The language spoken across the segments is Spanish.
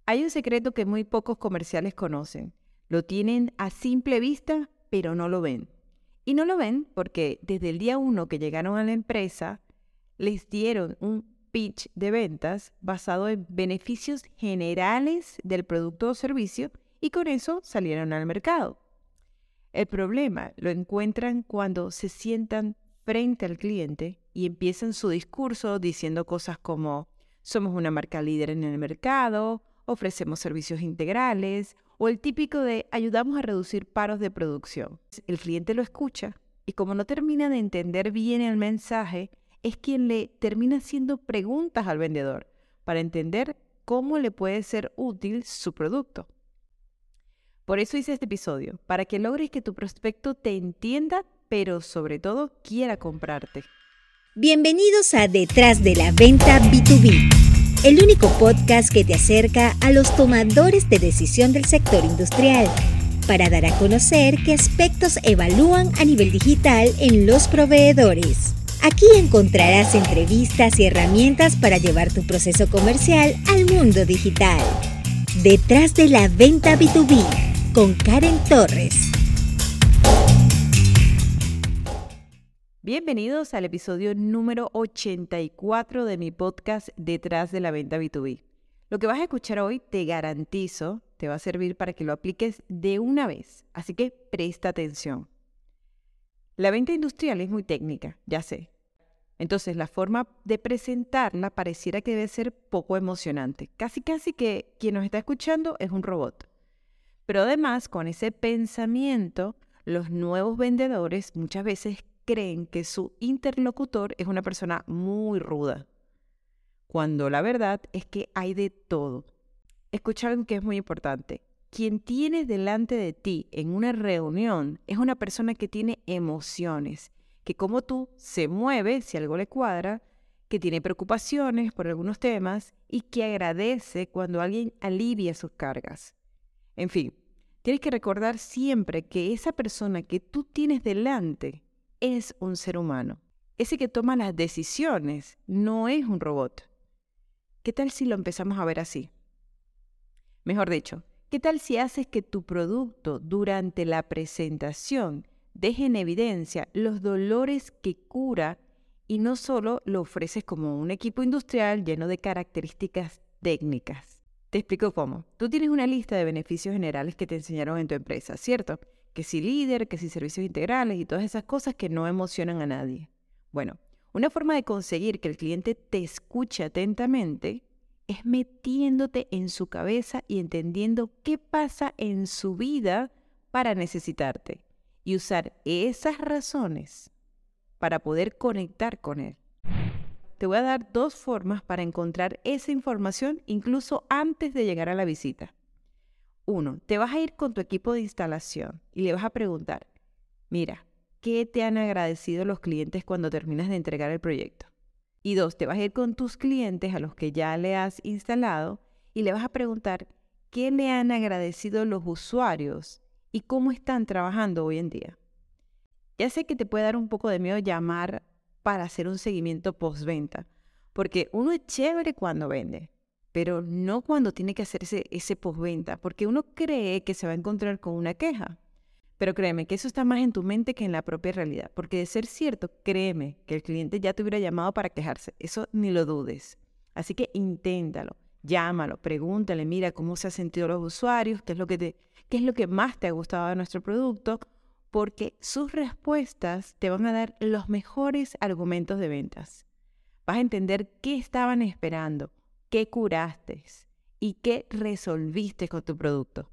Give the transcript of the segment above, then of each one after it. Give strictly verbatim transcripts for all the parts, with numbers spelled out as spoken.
Hay un secreto que muy pocos comerciales conocen. Lo tienen a simple vista, pero no lo ven. Y no lo ven porque desde el día uno que llegaron a la empresa, les dieron un pitch de ventas basado en beneficios generales del producto o servicio y con eso salieron al mercado. El problema lo encuentran cuando se sientan frente al cliente y empiezan su discurso diciendo cosas como somos una marca líder en el mercado, ofrecemos servicios integrales o el típico de ayudamos a reducir paros de producción. El cliente lo escucha y como no termina de entender bien el mensaje, es quien le termina haciendo preguntas al vendedor para entender cómo le puede ser útil su producto. Por eso hice este episodio, para que logres que tu prospecto te entienda, pero sobre todo quiera comprarte. Bienvenidos a Detrás de la Venta B dos B, el único podcast que te acerca a los tomadores de decisión del sector industrial, para dar a conocer qué aspectos evalúan a nivel digital en los proveedores. Aquí encontrarás entrevistas y herramientas para llevar tu proceso comercial al mundo digital. Detrás de la Venta B dos B, con Karen Torres. Bienvenidos al episodio número ochenta y cuatro de mi podcast Detrás de la Venta B dos B. Lo que vas a escuchar hoy, te garantizo, te va a servir para que lo apliques de una vez, así que presta atención. La venta industrial es muy técnica, ya sé. Entonces, la forma de presentarla pareciera que debe ser poco emocionante. Casi, casi que quien nos está escuchando es un robot. Pero además, con ese pensamiento, los nuevos vendedores muchas veces creen que su interlocutor es una persona muy ruda, cuando la verdad es que hay de todo. Escucha algo que es muy importante. Quien tienes delante de ti en una reunión es una persona que tiene emociones, que como tú se mueve si algo le cuadra, que tiene preocupaciones por algunos temas y que agradece cuando alguien alivia sus cargas. En fin, tienes que recordar siempre que esa persona que tú tienes delante es un ser humano. Ese que toma las decisiones no es un robot. ¿Qué tal si lo empezamos a ver así? Mejor dicho, ¿qué tal si haces que tu producto durante la presentación deje en evidencia los dolores que cura y no solo lo ofreces como un equipo industrial lleno de características técnicas? Te explico cómo. Tú tienes una lista de beneficios generales que te enseñaron en tu empresa, ¿cierto? Que si líder, que si servicios integrales y todas esas cosas que no emocionan a nadie. Bueno, una forma de conseguir que el cliente te escuche atentamente es metiéndote en su cabeza y entendiendo qué pasa en su vida para necesitarte y usar esas razones para poder conectar con él. Te voy a dar dos formas para encontrar esa información incluso antes de llegar a la visita. Uno, te vas a ir con tu equipo de instalación y le vas a preguntar, mira, ¿qué te han agradecido los clientes cuando terminas de entregar el proyecto? Y dos, te vas a ir con tus clientes a los que ya le has instalado y le vas a preguntar, ¿qué le han agradecido los usuarios y cómo están trabajando hoy en día? Ya sé que te puede dar un poco de miedo llamar para hacer un seguimiento postventa, porque uno es chévere cuando vende, pero no cuando tiene que hacerse ese postventa, porque uno cree que se va a encontrar con una queja. Pero créeme que eso está más en tu mente que en la propia realidad, porque de ser cierto, créeme que el cliente ya te hubiera llamado para quejarse, eso ni lo dudes. Así que inténtalo, llámalo, pregúntale, mira cómo se han sentido los usuarios, qué es lo que te, qué es lo que más te ha gustado de nuestro producto, porque sus respuestas te van a dar los mejores argumentos de ventas. Vas a entender qué estaban esperando, qué curaste y qué resolviste con tu producto.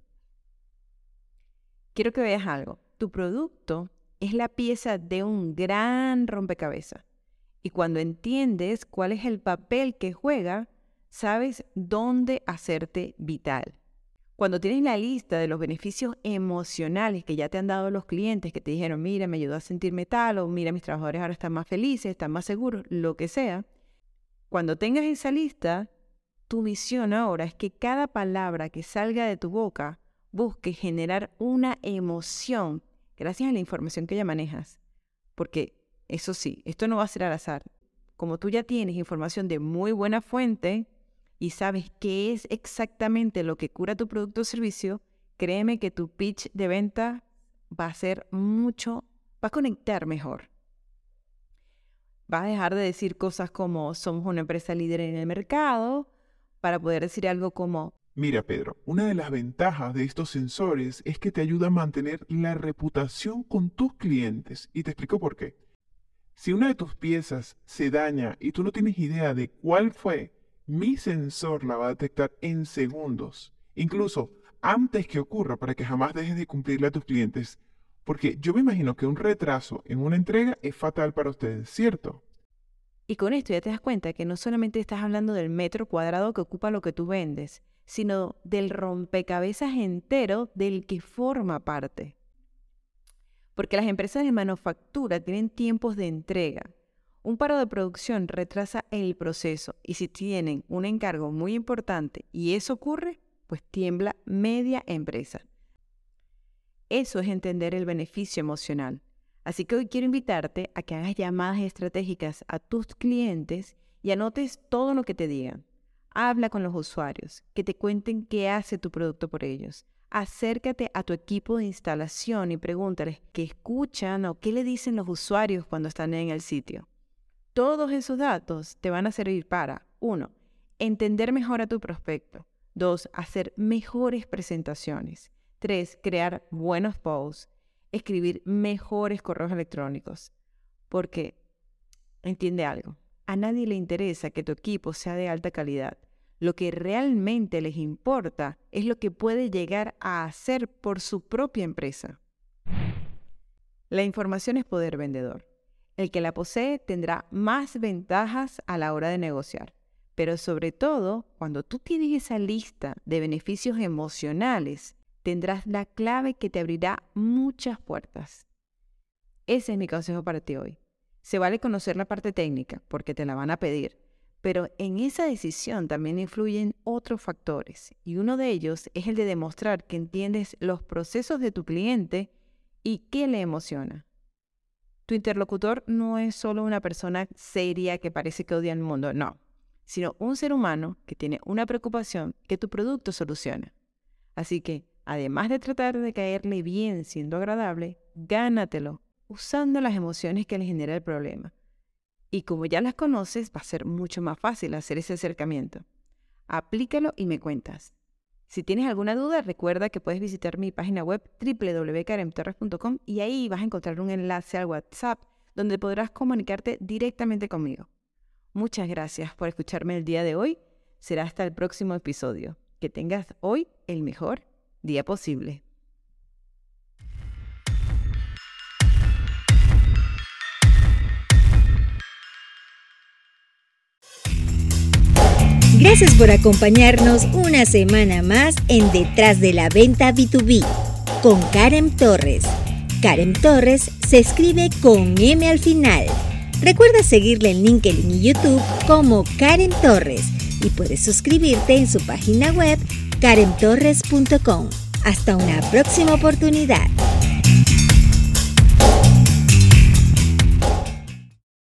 Quiero que veas algo. Tu producto es la pieza de un gran rompecabezas. Y cuando entiendes cuál es el papel que juega, sabes dónde hacerte vital. Cuando tienes la lista de los beneficios emocionales que ya te han dado los clientes, que te dijeron, mira, me ayudó a sentirme tal, o mira, mis trabajadores ahora están más felices, están más seguros, lo que sea. Cuando tengas esa lista, tu misión ahora es que cada palabra que salga de tu boca busque generar una emoción gracias a la información que ya manejas. Porque, eso sí, esto no va a ser al azar. Como tú ya tienes información de muy buena fuente y sabes qué es exactamente lo que cura tu producto o servicio, créeme que tu pitch de venta va a ser mucho, va a conectar mejor. Vas a dejar de decir cosas como somos una empresa líder en el mercado para poder decir algo como: mira, Pedro, una de las ventajas de estos sensores es que te ayuda a mantener la reputación con tus clientes. Y te explico por qué. Si una de tus piezas se daña y tú no tienes idea de cuál fue, mi sensor la va a detectar en segundos, incluso antes que ocurra, para que jamás dejes de cumplirle a tus clientes. Porque yo me imagino que un retraso en una entrega es fatal para ustedes, ¿cierto? Y con esto ya te das cuenta que no solamente estás hablando del metro cuadrado que ocupa lo que tú vendes, sino del rompecabezas entero del que forma parte. Porque las empresas de manufactura tienen tiempos de entrega. Un paro de producción retrasa el proceso y si tienen un encargo muy importante y eso ocurre, pues tiembla media empresa. Eso es entender el beneficio emocional. Así que hoy quiero invitarte a que hagas llamadas estratégicas a tus clientes y anotes todo lo que te digan. Habla con los usuarios, que te cuenten qué hace tu producto por ellos. Acércate a tu equipo de instalación y pregúntales qué escuchan o qué le dicen los usuarios cuando están en el sitio. Todos esos datos te van a servir para, uno, entender mejor a tu prospecto. Dos, hacer mejores presentaciones. Tres, crear buenos posts. Escribir mejores correos electrónicos. Porque, entiende algo, a nadie le interesa que tu equipo sea de alta calidad. Lo que realmente les importa es lo que puede llegar a hacer por su propia empresa. La información es poder vendedor. El que la posee tendrá más ventajas a la hora de negociar. Pero sobre todo, cuando tú tienes esa lista de beneficios emocionales, tendrás la clave que te abrirá muchas puertas. Ese es mi consejo para ti hoy. Se vale conocer la parte técnica, porque te la van a pedir, pero en esa decisión también influyen otros factores, y uno de ellos es el de demostrar que entiendes los procesos de tu cliente y qué le emociona. Tu interlocutor no es solo una persona seria que parece que odia el mundo, no, sino un ser humano que tiene una preocupación que tu producto soluciona. Así que, además de tratar de caerle bien siendo agradable, gánatelo usando las emociones que le genera el problema. Y como ya las conoces, va a ser mucho más fácil hacer ese acercamiento. Aplícalo y me cuentas. Si tienes alguna duda, recuerda que puedes visitar mi página web doble u doble u doble u punto karen torres punto com y ahí vas a encontrar un enlace al WhatsApp donde podrás comunicarte directamente conmigo. Muchas gracias por escucharme el día de hoy. Será hasta el próximo episodio. Que tengas hoy el mejor día posible. Gracias por acompañarnos una semana más en Detrás de la Venta B dos B con Karen Torres. Karen Torres se escribe con M al final. Recuerda seguirle en LinkedIn y YouTube como Karen Torres y puedes suscribirte en su página web karen torres punto com. Hasta una próxima oportunidad.